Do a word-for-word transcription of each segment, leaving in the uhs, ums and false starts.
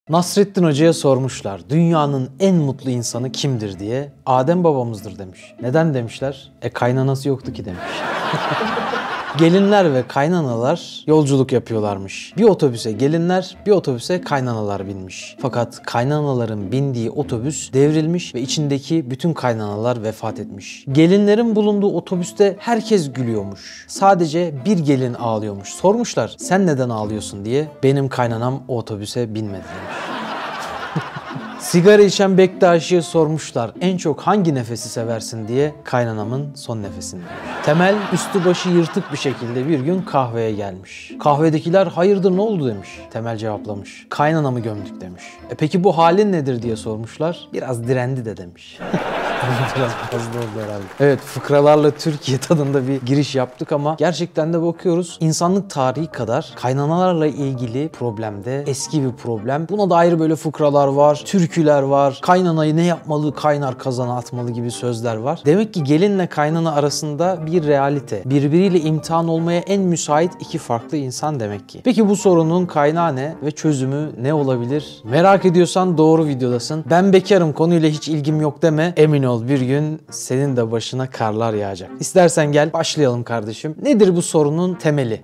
Nasrettin Hoca'ya sormuşlar, dünyanın en mutlu insanı kimdir diye. Adem babamızdır demiş. Neden demişler? E kaynanası yoktu ki demiş. Gelinler ve kaynanalar yolculuk yapıyorlarmış. Bir otobüse gelinler, bir otobüse kaynanalar binmiş. Fakat kaynanaların bindiği otobüs devrilmiş ve içindeki bütün kaynanalar vefat etmiş. Gelinlerin bulunduğu otobüste herkes gülüyormuş. Sadece bir gelin ağlıyormuş. Sormuşlar, sen neden ağlıyorsun diye. Benim kaynanam o otobüse binmedi demiş. Sigara içen Bektaşi'ye sormuşlar, en çok hangi nefesi seversin diye. Kaynanamın son nefesini. Temel üstü başı yırtık bir şekilde bir gün kahveye gelmiş. Kahvedekiler hayırdır ne oldu demiş. Temel cevaplamış. Kaynanamı gömdük demiş. E peki bu halin nedir diye sormuşlar. Biraz direndi de demiş. Biraz fazla oldu herhalde. Evet, fıkralarla Türkiye tadında bir giriş yaptık ama gerçekten de bakıyoruz, insanlık tarihi kadar kaynanalarla ilgili problemde eski bir problem. Buna dair böyle fıkralar var, türküler var, kaynanayı ne yapmalı, kaynar kazana atmalı gibi sözler var. Demek ki gelinle kaynana arasında bir realite, birbiriyle imtihan olmaya en müsait iki farklı insan demek ki. Peki bu sorunun kaynağı ne ve çözümü ne olabilir? Merak ediyorsan doğru videodasın. Ben bekarım, konuyla hiç ilgim yok deme. Emin ol, bir gün senin de başına karlar yağacak. İstersen gel başlayalım kardeşim. Nedir bu sorunun temeli?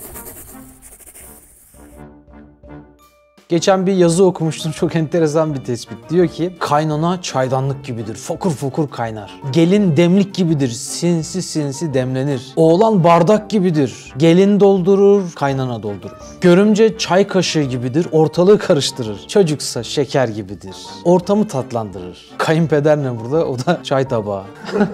Geçen bir yazı okumuştum, çok enteresan bir tespit. Diyor ki, kaynana çaydanlık gibidir, fokur fokur kaynar. Gelin demlik gibidir, sinsi sinsi demlenir. Oğlan bardak gibidir, gelin doldurur, kaynana doldurur. Görümce çay kaşığı gibidir, ortalığı karıştırır. Çocuksa şeker gibidir, ortamı tatlandırır. Kayınpeder ne burada? O da çay tabağı.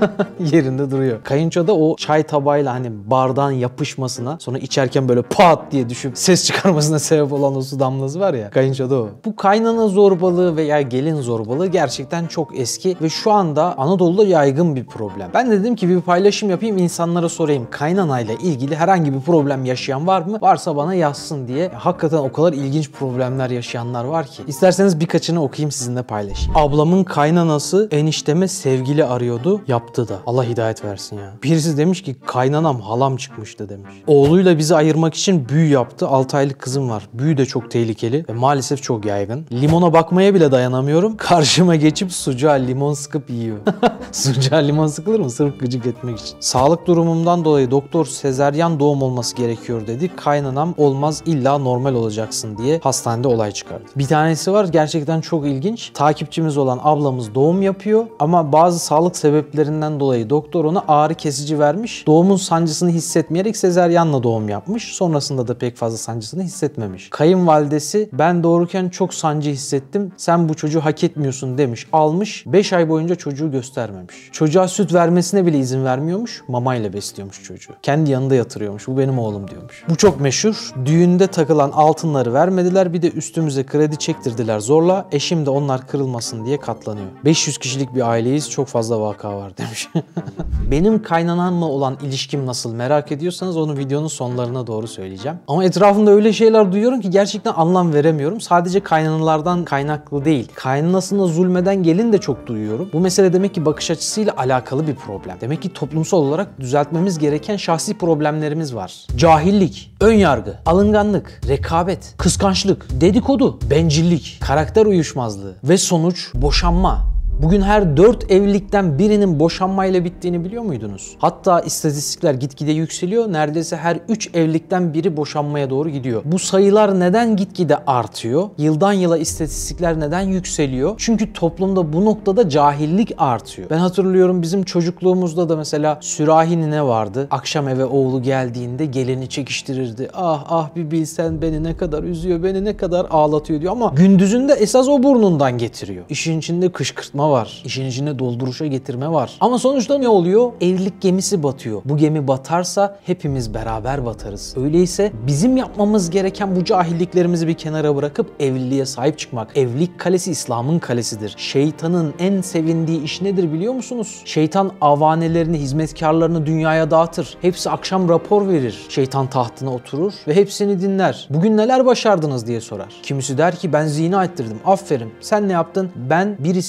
Yerinde duruyor. Kayınço da o çay tabağıyla hani bardağın yapışmasına, sonra içerken böyle pat diye düşüp ses çıkarmasına sebep olan o su damlası var ya. Kayınço da o. Bu kaynana zorbalığı veya gelin zorbalığı gerçekten çok eski ve şu anda Anadolu'da yaygın bir problem. Ben de dedim ki bir paylaşım yapayım, insanlara sorayım. Kaynanayla ilgili herhangi bir problem yaşayan var mı? Varsa bana yazsın diye. Ya, hakikaten o kadar ilginç problemler yaşayanlar var ki. İsterseniz birkaçını okuyayım, sizinle paylaşayım. Ablamın kaynanası enişteme sevgili arıyordu. Yaptı da. Allah hidayet versin ya. Birisi demiş ki kaynanam halam çıkmıştı demiş. Oğluyla bizi ayırmak için büyü yaptı. altı aylık kızım var. Büyü de çok tehlikeli ve maalesef çok yaygın. Limona bakmaya bile dayanamıyorum. Karşıma geçip sucuğa limon sıkıp yiyor. Sucuğa limon sıkılır mı? Sırf gıcık etmek için. Sağlık durumumdan dolayı doktor sezaryen doğum olması gerekiyor dedi. Kaynanam olmaz, illa normal olacaksın diye hastanede olay çıkardı. Bir tanesi var, gerçekten çok ilginç. Takipçimiz olan ablamız doğum yapıyor ama bazı sağlık sebeplerinden dolayı doktor ona ağrı kesici vermiş. Doğumun sancısını hissetmeyerek sezaryenle doğum yapmış. Sonrasında da pek fazla sancısını hissetmemiş. Kayınvalidesi ben doğururken çok sancı hissettim, sen bu çocuğu hak etmiyorsun demiş. Almış, beş ay boyunca çocuğu göstermemiş. Çocuğa süt vermesine bile izin vermiyormuş. Mamayla besliyormuş çocuğu. Kendi yanında yatırıyormuş. Bu benim oğlum diyormuş. Bu çok meşhur. Düğünde takılan altınları vermediler. Bir de üstümüze kredi çektirdiler zorla. Eşim de onlar kırılmasın diye katlanıyor. beş yüz kişilik bir aileyiz. Çok fazla vaka var demiş. Benim kaynanamla olan ilişkim nasıl merak ediyorsanız onu videonun sonlarına doğru söyleyeceğim. Ama etrafımda öyle şeyler duyuyorum ki gerçekten anlam veremiyorum. Sadece kaynanalardan kaynaklı değil. Kaynanasına zulmeden gelin de çok duyuyorum. Bu mesele demek ki bakış açısıyla alakalı bir problem. Demek ki toplumsal olarak düzeltmemiz gereken şahsi problemlerimiz var. Cahillik, önyargı, alınganlık, rekabet, kıskançlık, dedikodu, bencillik, karakter uyuşmazlığı ve sonuç boşanma. Bugün her dört evlilikten birinin boşanmayla bittiğini biliyor muydunuz? Hatta istatistikler gitgide yükseliyor. Neredeyse her üç evlilikten biri boşanmaya doğru gidiyor. Bu sayılar neden gitgide artıyor? Yıldan yıla istatistikler neden yükseliyor? Çünkü toplumda bu noktada cahillik artıyor. Ben hatırlıyorum, bizim çocukluğumuzda da mesela sürahi nine vardı. Akşam eve oğlu geldiğinde gelini çekiştirirdi. Ah ah bir bilsen beni ne kadar üzüyor, beni ne kadar ağlatıyor diyor ama gündüzünde esas o burnundan getiriyor. İşin içinde kışkırtma var. İşin içinde dolduruşa getirme var. Ama sonuçta ne oluyor? Evlilik gemisi batıyor. Bu gemi batarsa hepimiz beraber batarız. Öyleyse bizim yapmamız gereken bu cahilliklerimizi bir kenara bırakıp evliliğe sahip çıkmak. Evlilik kalesi İslam'ın kalesidir. Şeytanın en sevindiği iş nedir biliyor musunuz? Şeytan avanelerini, hizmetkarlarını dünyaya dağıtır. Hepsi akşam rapor verir. Şeytan tahtına oturur ve hepsini dinler. Bugün neler başardınız diye sorar. Kimisi der ki ben zina ettirdim. Aferin. Sen ne yaptın? Ben birisini içeri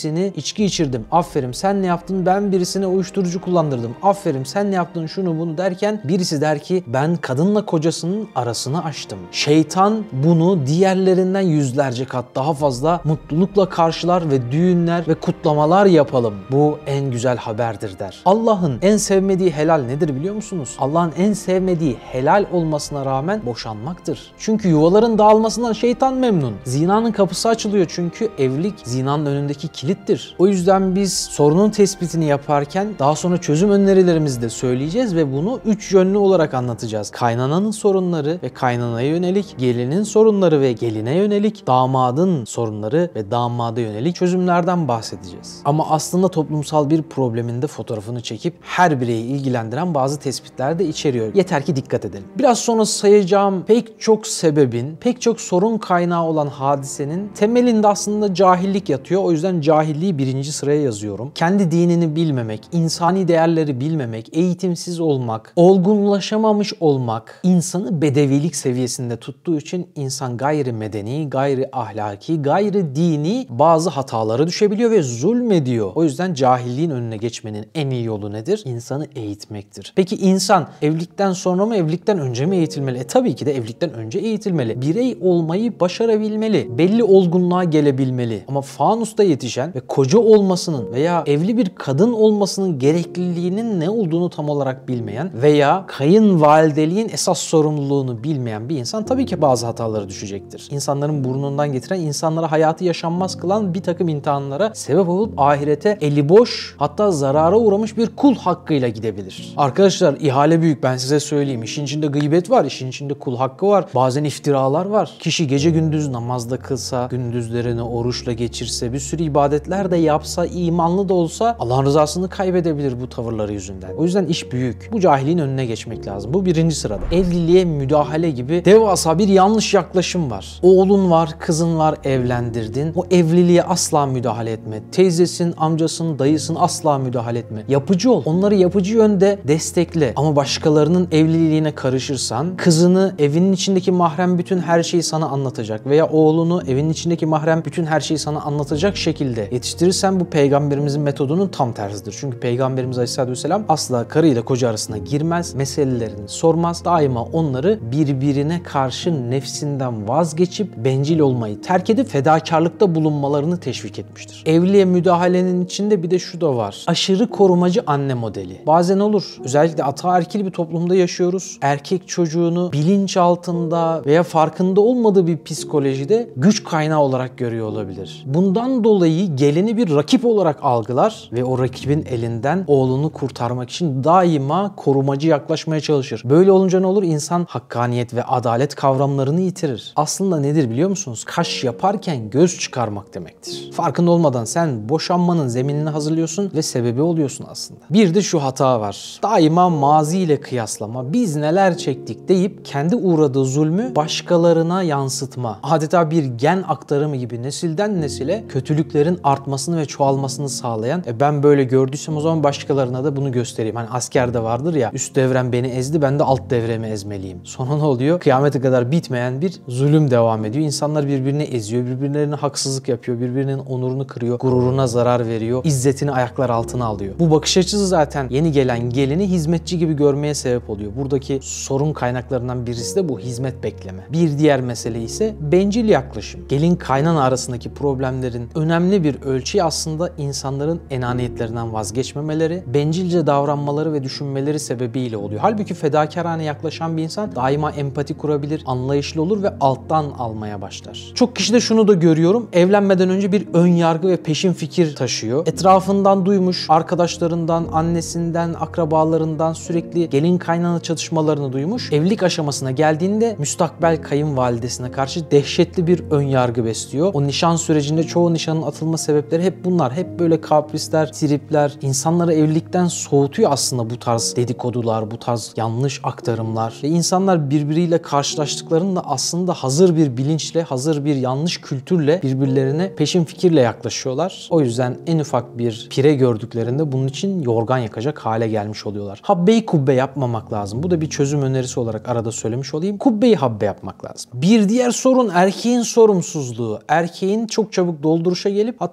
içki içirdim. Aferin sen ne yaptın? Ben birisine uyuşturucu kullandırdım. Aferin sen ne yaptın? Şunu bunu derken birisi der ki ben kadınla kocasının arasını açtım. Şeytan bunu diğerlerinden yüzlerce kat daha fazla mutlulukla karşılar ve düğünler ve kutlamalar yapalım. Bu en güzel haberdir der. Allah'ın en sevmediği helal nedir biliyor musunuz? Allah'ın en sevmediği helal olmasına rağmen boşanmaktır. Çünkü yuvaların dağılmasından şeytan memnun. Zinanın kapısı açılıyor çünkü evlilik zinanın önündeki kilittir. O yüzden biz sorunun tespitini yaparken daha sonra çözüm önerilerimizi de söyleyeceğiz ve bunu üç yönlü olarak anlatacağız. Kaynananın sorunları ve kaynanaya yönelik, gelinin sorunları ve geline yönelik, damadın sorunları ve damada yönelik çözümlerden bahsedeceğiz. Ama aslında toplumsal bir problemin de fotoğrafını çekip her bireyi ilgilendiren bazı tespitler de içeriyor. Yeter ki dikkat edelim. Biraz sonra sayacağım pek çok sebebin, pek çok sorun kaynağı olan hadisenin temelinde aslında cahillik yatıyor. O yüzden cahilliği birinci sıraya yazıyorum. Kendi dinini bilmemek, insani değerleri bilmemek, eğitimsiz olmak, olgunlaşamamış olmak insanı bedevilik seviyesinde tuttuğu için insan gayri medeni, gayri ahlaki, gayri dini bazı hatalara düşebiliyor ve zulmediyor. O yüzden cahilliğin önüne geçmenin en iyi yolu nedir? İnsanı eğitmektir. Peki insan evlilikten sonra mı, evlilikten önce mi eğitilmeli? E tabii ki de evlilikten önce eğitilmeli. Birey olmayı başarabilmeli. Belli olgunluğa gelebilmeli. Ama fanusta yetişen ve koca olmasının veya evli bir kadın olmasının gerekliliğinin ne olduğunu tam olarak bilmeyen veya kayınvalideliğin esas sorumluluğunu bilmeyen bir insan tabii ki bazı hatalara düşecektir. İnsanların burnundan getiren, insanlara hayatı yaşanmaz kılan bir takım imtihanlara sebep olup ahirete eli boş, hatta zarara uğramış bir kul hakkıyla gidebilir. Arkadaşlar ihale büyük, ben size söyleyeyim. İşin içinde gıybet var, işin içinde kul hakkı var. Bazen iftiralar var. Kişi gece gündüz namazda kılsa, gündüzlerini oruçla geçirse, bir sürü ibadetler de yapsa, imanlı da olsa Allah'ın rızasını kaybedebilir bu tavırları yüzünden. O yüzden iş büyük. Bu cahilliğin önüne geçmek lazım. Bu birinci sırada. Evliliğe müdahale gibi devasa bir yanlış yaklaşım var. Oğlun var, kızın var, evlendirdin. O evliliğe asla müdahale etme. Teyzesin, amcasın, dayısın, asla müdahale etme. Yapıcı ol. Onları yapıcı yönde destekle. Ama başkalarının evliliğine karışırsan, kızını evinin içindeki mahrem bütün her şeyi sana anlatacak veya oğlunu evinin içindeki mahrem bütün her şeyi sana anlatacak şekilde yetiştirirsen bu peygamberimizin metodunun tam tersidir. Çünkü peygamberimiz Aleyhisselatü Vesselam asla karıyla koca arasına girmez, meselelerini sormaz. Daima onları birbirine karşı nefsinden vazgeçip bencil olmayı terk edip fedakarlıkta bulunmalarını teşvik etmiştir. Evliliğe müdahalenin içinde bir de şu da var. Aşırı korumacı anne modeli. Bazen olur. Özellikle ataerkil bir toplumda yaşıyoruz. Erkek çocuğunu bilinç altında veya farkında olmadığı bir psikolojide güç kaynağı olarak görüyor olabilir. Bundan dolayı gelini bir rakip olarak algılar ve o rakibin elinden oğlunu kurtarmak için daima korumacı yaklaşmaya çalışır. Böyle olunca ne olur? İnsan hakkaniyet ve adalet kavramlarını yitirir. Aslında nedir biliyor musunuz? Kaş yaparken göz çıkarmak demektir. Farkında olmadan sen boşanmanın zeminini hazırlıyorsun ve sebebi oluyorsun aslında. Bir de şu hata var. Daima maziyle kıyaslama, biz neler çektik deyip kendi uğradığı zulmü başkalarına yansıtma. Adeta bir gen aktarımı gibi nesilden nesile kötülüklerin artmasını ve çoğalmasını sağlayan, e ben böyle gördüysem o zaman başkalarına da bunu göstereyim. Hani askerde vardır ya, üst devrem beni ezdi, ben de alt devremi ezmeliyim. Sonra ne oluyor? Kıyamete kadar bitmeyen bir zulüm devam ediyor. İnsanlar birbirini eziyor, birbirlerine haksızlık yapıyor, birbirinin onurunu kırıyor, gururuna zarar veriyor, izzetini ayaklar altına alıyor. Bu bakış açısı zaten yeni gelen gelini hizmetçi gibi görmeye sebep oluyor. Buradaki sorun kaynaklarından birisi de bu hizmet bekleme. Bir diğer mesele ise bencil yaklaşım. Gelin kaynana arasındaki problemlerin önemli bir ölçüyü aslında insanların enaniyetlerinden vazgeçmemeleri, bencilce davranmaları ve düşünmeleri sebebiyle oluyor. Halbuki fedakarane yaklaşan bir insan daima empati kurabilir, anlayışlı olur ve alttan almaya başlar. Çok kişide şunu da görüyorum. Evlenmeden önce bir ön yargı ve peşin fikir taşıyor. Etrafından duymuş, arkadaşlarından, annesinden, akrabalarından sürekli gelin kaynana çatışmalarını duymuş. Evlilik aşamasına geldiğinde müstakbel kayınvalidesine karşı dehşetli bir ön yargı besliyor. O nişan sürecinde çoğu nişanın atılma sebepleri hep bunlar. Hep böyle kaprisler, tripler, insanları evlilikten soğutuyor aslında bu tarz dedikodular, bu tarz yanlış aktarımlar. Ve insanlar birbiriyle karşılaştıklarında aslında hazır bir bilinçle, hazır bir yanlış kültürle birbirlerine peşin fikirle yaklaşıyorlar. O yüzden en ufak bir pire gördüklerinde bunun için yorgan yakacak hale gelmiş oluyorlar. Habbeyi kubbe yapmamak lazım. Bu da bir çözüm önerisi olarak arada söylemiş olayım. Kubbeyi habbe yapmak lazım. Bir diğer sorun erkeğin sorumsuzluğu. Erkeğin çok çabuk dolduruşa gelip hatta bu konularda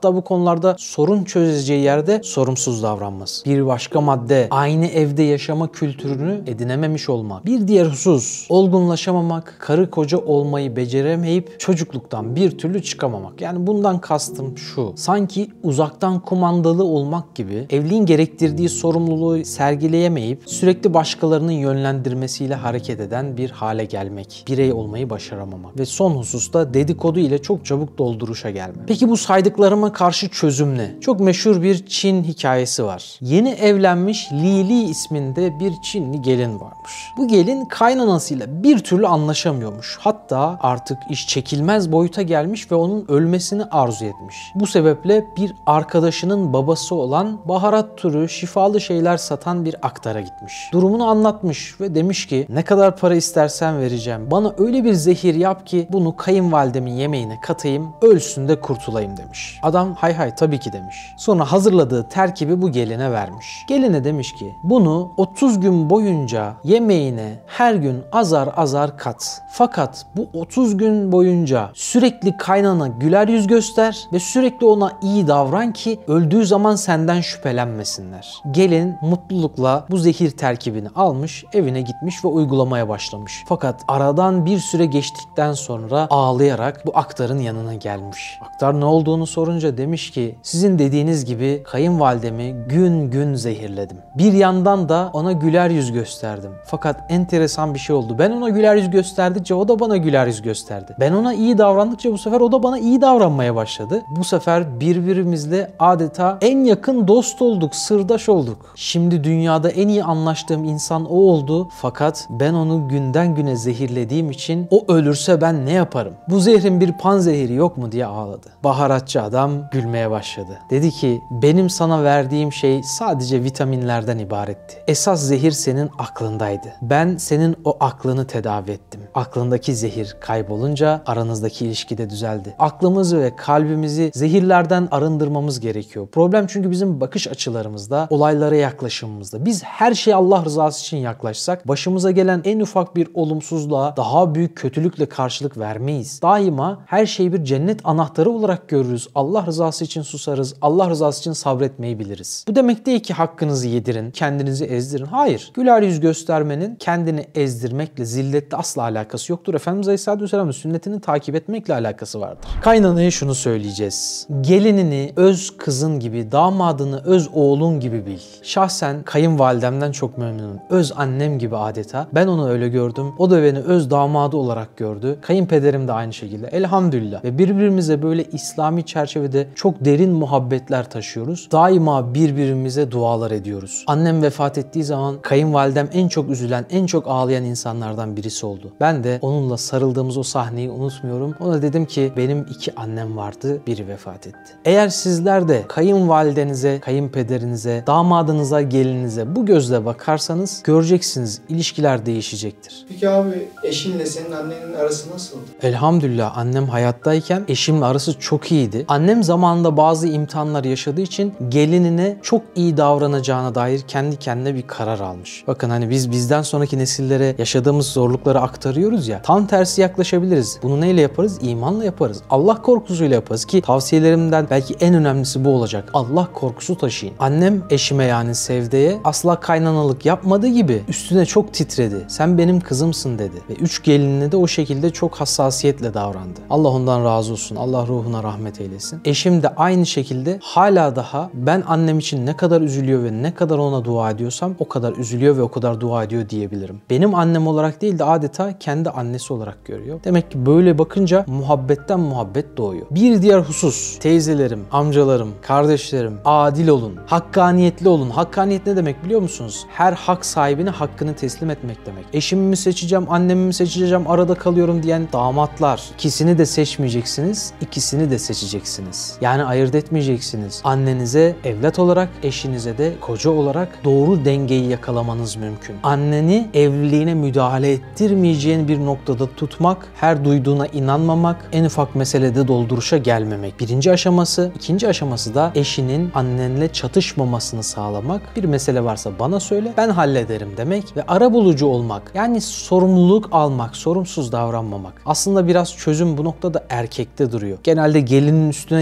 konularda sorun çözeceği yerde sorumsuz davranması. Bir başka madde, aynı evde yaşama kültürünü edinememiş olmak. Bir diğer husus, olgunlaşamamak, karı koca olmayı beceremeyip çocukluktan bir türlü çıkamamak. Yani bundan kastım şu, sanki uzaktan kumandalı olmak gibi evliliğin gerektirdiği sorumluluğu sergileyemeyip sürekli başkalarının yönlendirmesiyle hareket eden bir hale gelmek. Birey olmayı başaramamak. Ve son hususta dedikodu ile çok çabuk dolduruşa gelme. Peki bu saydıklarıma karşı çözüm ne? Çok meşhur bir Çin hikayesi var. Yeni evlenmiş Li Li isminde bir Çinli gelin varmış. Bu gelin kaynanasıyla bir türlü anlaşamıyormuş. Hatta artık iş çekilmez boyuta gelmiş ve onun ölmesini arzu etmiş. Bu sebeple bir arkadaşının babası olan baharat türü şifalı şeyler satan bir aktara gitmiş. Durumunu anlatmış ve demiş ki ne kadar para istersen vereceğim. Bana öyle bir zehir yap ki bunu kayınvalidemin yemeğine katayım, ölsün de kurtulayım demiş. Adam hay hay tabii ki demiş. Sonra hazırladığı terkibi bu geline vermiş. Geline demiş ki bunu otuz gün boyunca yemeğine her gün azar azar kat. Fakat bu otuz gün boyunca sürekli kaynana güler yüz göster ve sürekli ona iyi davran ki öldüğü zaman senden şüphelenmesinler. Gelin mutlulukla bu zehir terkibini almış, evine gitmiş ve uygulamaya başlamış. Fakat aradan bir süre geçtikten sonra ağlayarak bu aktarın yanına gelmiş. Aktar ne olduğunu sorunca demiş ki sizin dediğiniz gibi kayınvalidemi gün gün zehirledim. Bir yandan da ona güler yüz gösterdim. Fakat enteresan bir şey oldu. Ben ona güler yüz gösterdikçe o da bana güler yüz gösterdi. Ben ona iyi davrandıkça bu sefer o da bana iyi davranmaya başladı. Bu sefer birbirimizle adeta en yakın dost olduk, sırdaş olduk. Şimdi dünyada en iyi anlaştığım insan o oldu. Fakat ben onu günden güne zehirlediğim için o ölürse ben ne yaparım? Bu zehrin bir panzehiri yok mu diye ağladı. Baharatçı adam gülmeye başladı. Dedi ki benim sana verdiğim şey sadece vitaminlerden ibaretti. Esas zehir senin aklındaydı. Ben senin o aklını tedavi ettim. Aklındaki zehir kaybolunca aranızdaki ilişki de düzeldi. Aklımızı ve kalbimizi zehirlerden arındırmamız gerekiyor. Problem çünkü bizim bakış açılarımızda, olaylara yaklaşımımızda. Biz her şeye Allah rızası için yaklaşsak başımıza gelen en ufak bir olumsuzluğa daha büyük kötülükle karşılık vermeyiz. Daima her şeyi bir cennet anahtarı olarak görürüz. Allah rızası için susarız. Allah rızası için sabretmeyi biliriz. Bu demek değil ki hakkınızı yedirin, kendinizi ezdirin. Hayır. Güler yüz göstermenin kendini ezdirmekle, zilletle asla alakası yoktur. Efendimiz Aleyhisselatü Vesselam'ın sünnetini takip etmekle alakası vardır. Kaynanaya şunu söyleyeceğiz. Gelinini öz kızın gibi, damadını öz oğlun gibi bil. Şahsen kayınvalidemden çok memnunum. Öz annem gibi adeta. Ben onu öyle gördüm. O da beni öz damadı olarak gördü. Kayınpederim de aynı şekilde. Elhamdülillah. Ve birbirimize böyle İslami çerçevede çok derin muhabbetler taşıyoruz. Daima birbirimize dualar ediyoruz. Annem vefat ettiği zaman kayınvalidem en çok üzülen, en çok ağlayan insanlardan birisi oldu. Ben de onunla sarıldığımız o sahneyi unutmuyorum. Ona dedim ki benim iki annem vardı, biri vefat etti. Eğer sizler de kayınvalidenize, kayınpederinize, damadınıza, gelinize bu gözle bakarsanız göreceksiniz ilişkiler değişecektir. Peki abi eşinle senin annenin arası nasıldı? Elhamdülillah annem hayattayken eşimle arası çok iyiydi. Annem zamanında bazı imtihanlar yaşadığı için gelinine çok iyi davranacağına dair kendi kendine bir karar almış. Bakın hani biz bizden sonraki nesillere yaşadığımız zorlukları aktarıyoruz ya. Tam tersi yaklaşabiliriz. Bunu neyle yaparız? İmanla yaparız. Allah korkusuyla yaparız ki tavsiyelerimden belki en önemlisi bu olacak. Allah korkusu taşıyın. Annem eşime yani Sevde'ye asla kaynanalık yapmadığı gibi üstüne çok titredi. Sen benim kızımsın dedi. Ve üç gelinine de o şekilde çok hassasiyetle davrandı. Allah ondan razı olsun. Allah ruhuna rahmet eylesin. Eşim de aynı şekilde hala daha ben annem için ne kadar üzülüyor ve ne kadar ona dua ediyorsam o kadar üzülüyor ve o kadar dua ediyor diyebilirim. Benim annem olarak değil de adeta kendi annesi olarak görüyor. Demek ki böyle bakınca muhabbetten muhabbet doğuyor. Bir diğer husus, teyzelerim, amcalarım, kardeşlerim, adil olun, hakkaniyetli olun. Hakkaniyet ne demek biliyor musunuz? Her hak sahibine hakkını teslim etmek demek. Eşimi mi seçeceğim, annemi mi seçeceğim, arada kalıyorum diyen damatlar. İkisini de seçmeyeceksiniz, ikisini de seçeceksiniz. Yani ayırt etmeyeceksiniz. Annenize evlat olarak, eşinize de koca olarak doğru dengeyi yakalamanız mümkün. Anneni evliliğine müdahale ettirmeyeceğin bir noktada tutmak, her duyduğuna inanmamak, en ufak meselede dolduruşa gelmemek. Birinci aşaması. İkinci aşaması da eşinin annenle çatışmamasını sağlamak. Bir mesele varsa bana söyle, ben hallederim demek ve arabulucu olmak. Yani sorumluluk almak, sorumsuz davranmamak. Aslında biraz çözüm bu noktada erkekte duruyor. Genelde gelinin üstüne yıkarlar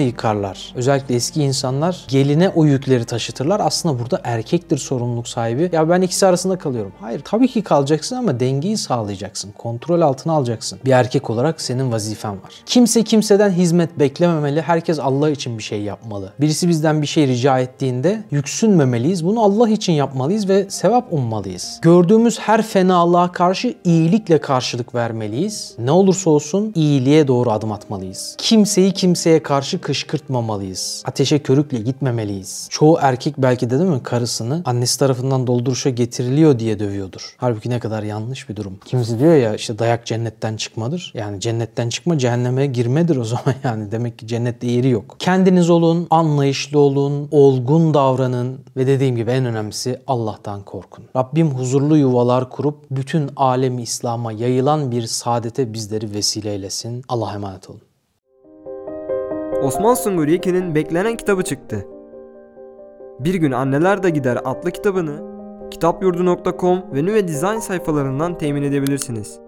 yaparlar. Özellikle eski insanlar geline o yükleri taşıtırlar. Aslında burada erkektir sorumluluk sahibi. Ya ben ikisi arasında kalıyorum. Hayır, tabii ki kalacaksın ama dengeyi sağlayacaksın. Kontrol altına alacaksın. Bir erkek olarak senin vazifen var. Kimse kimseden hizmet beklememeli. Herkes Allah için bir şey yapmalı. Birisi bizden bir şey rica ettiğinde yüksünmemeliyiz. Bunu Allah için yapmalıyız ve sevap ummalıyız. Gördüğümüz her fenalığa karşı iyilikle karşılık vermeliyiz. Ne olursa olsun iyiliğe doğru adım atmalıyız. Kimseyi kimseye karşı kışkırtmamalıyız. Ateşe körükle gitmemeliyiz. Çoğu erkek belki de değil mi karısını annesi tarafından dolduruşa getiriliyor diye dövüyordur. Halbuki ne kadar yanlış bir durum. Kimisi diyor ya işte dayak cennetten çıkmadır. Yani cennetten çıkma cehenneme girmedir o zaman yani. Demek ki cennette yeri yok. Kendiniz olun, anlayışlı olun, olgun davranın ve dediğim gibi en önemlisi Allah'tan korkun. Rabbim huzurlu yuvalar kurup bütün alemi İslam'a yayılan bir saadete bizleri vesile eylesin. Allah'a emanet olun. Osman Sungur Yekin'in beklenen kitabı çıktı. Bir Gün Anneler de Gider adlı kitabını kitapyurdu nokta com ve Nüve Design sayfalarından temin edebilirsiniz.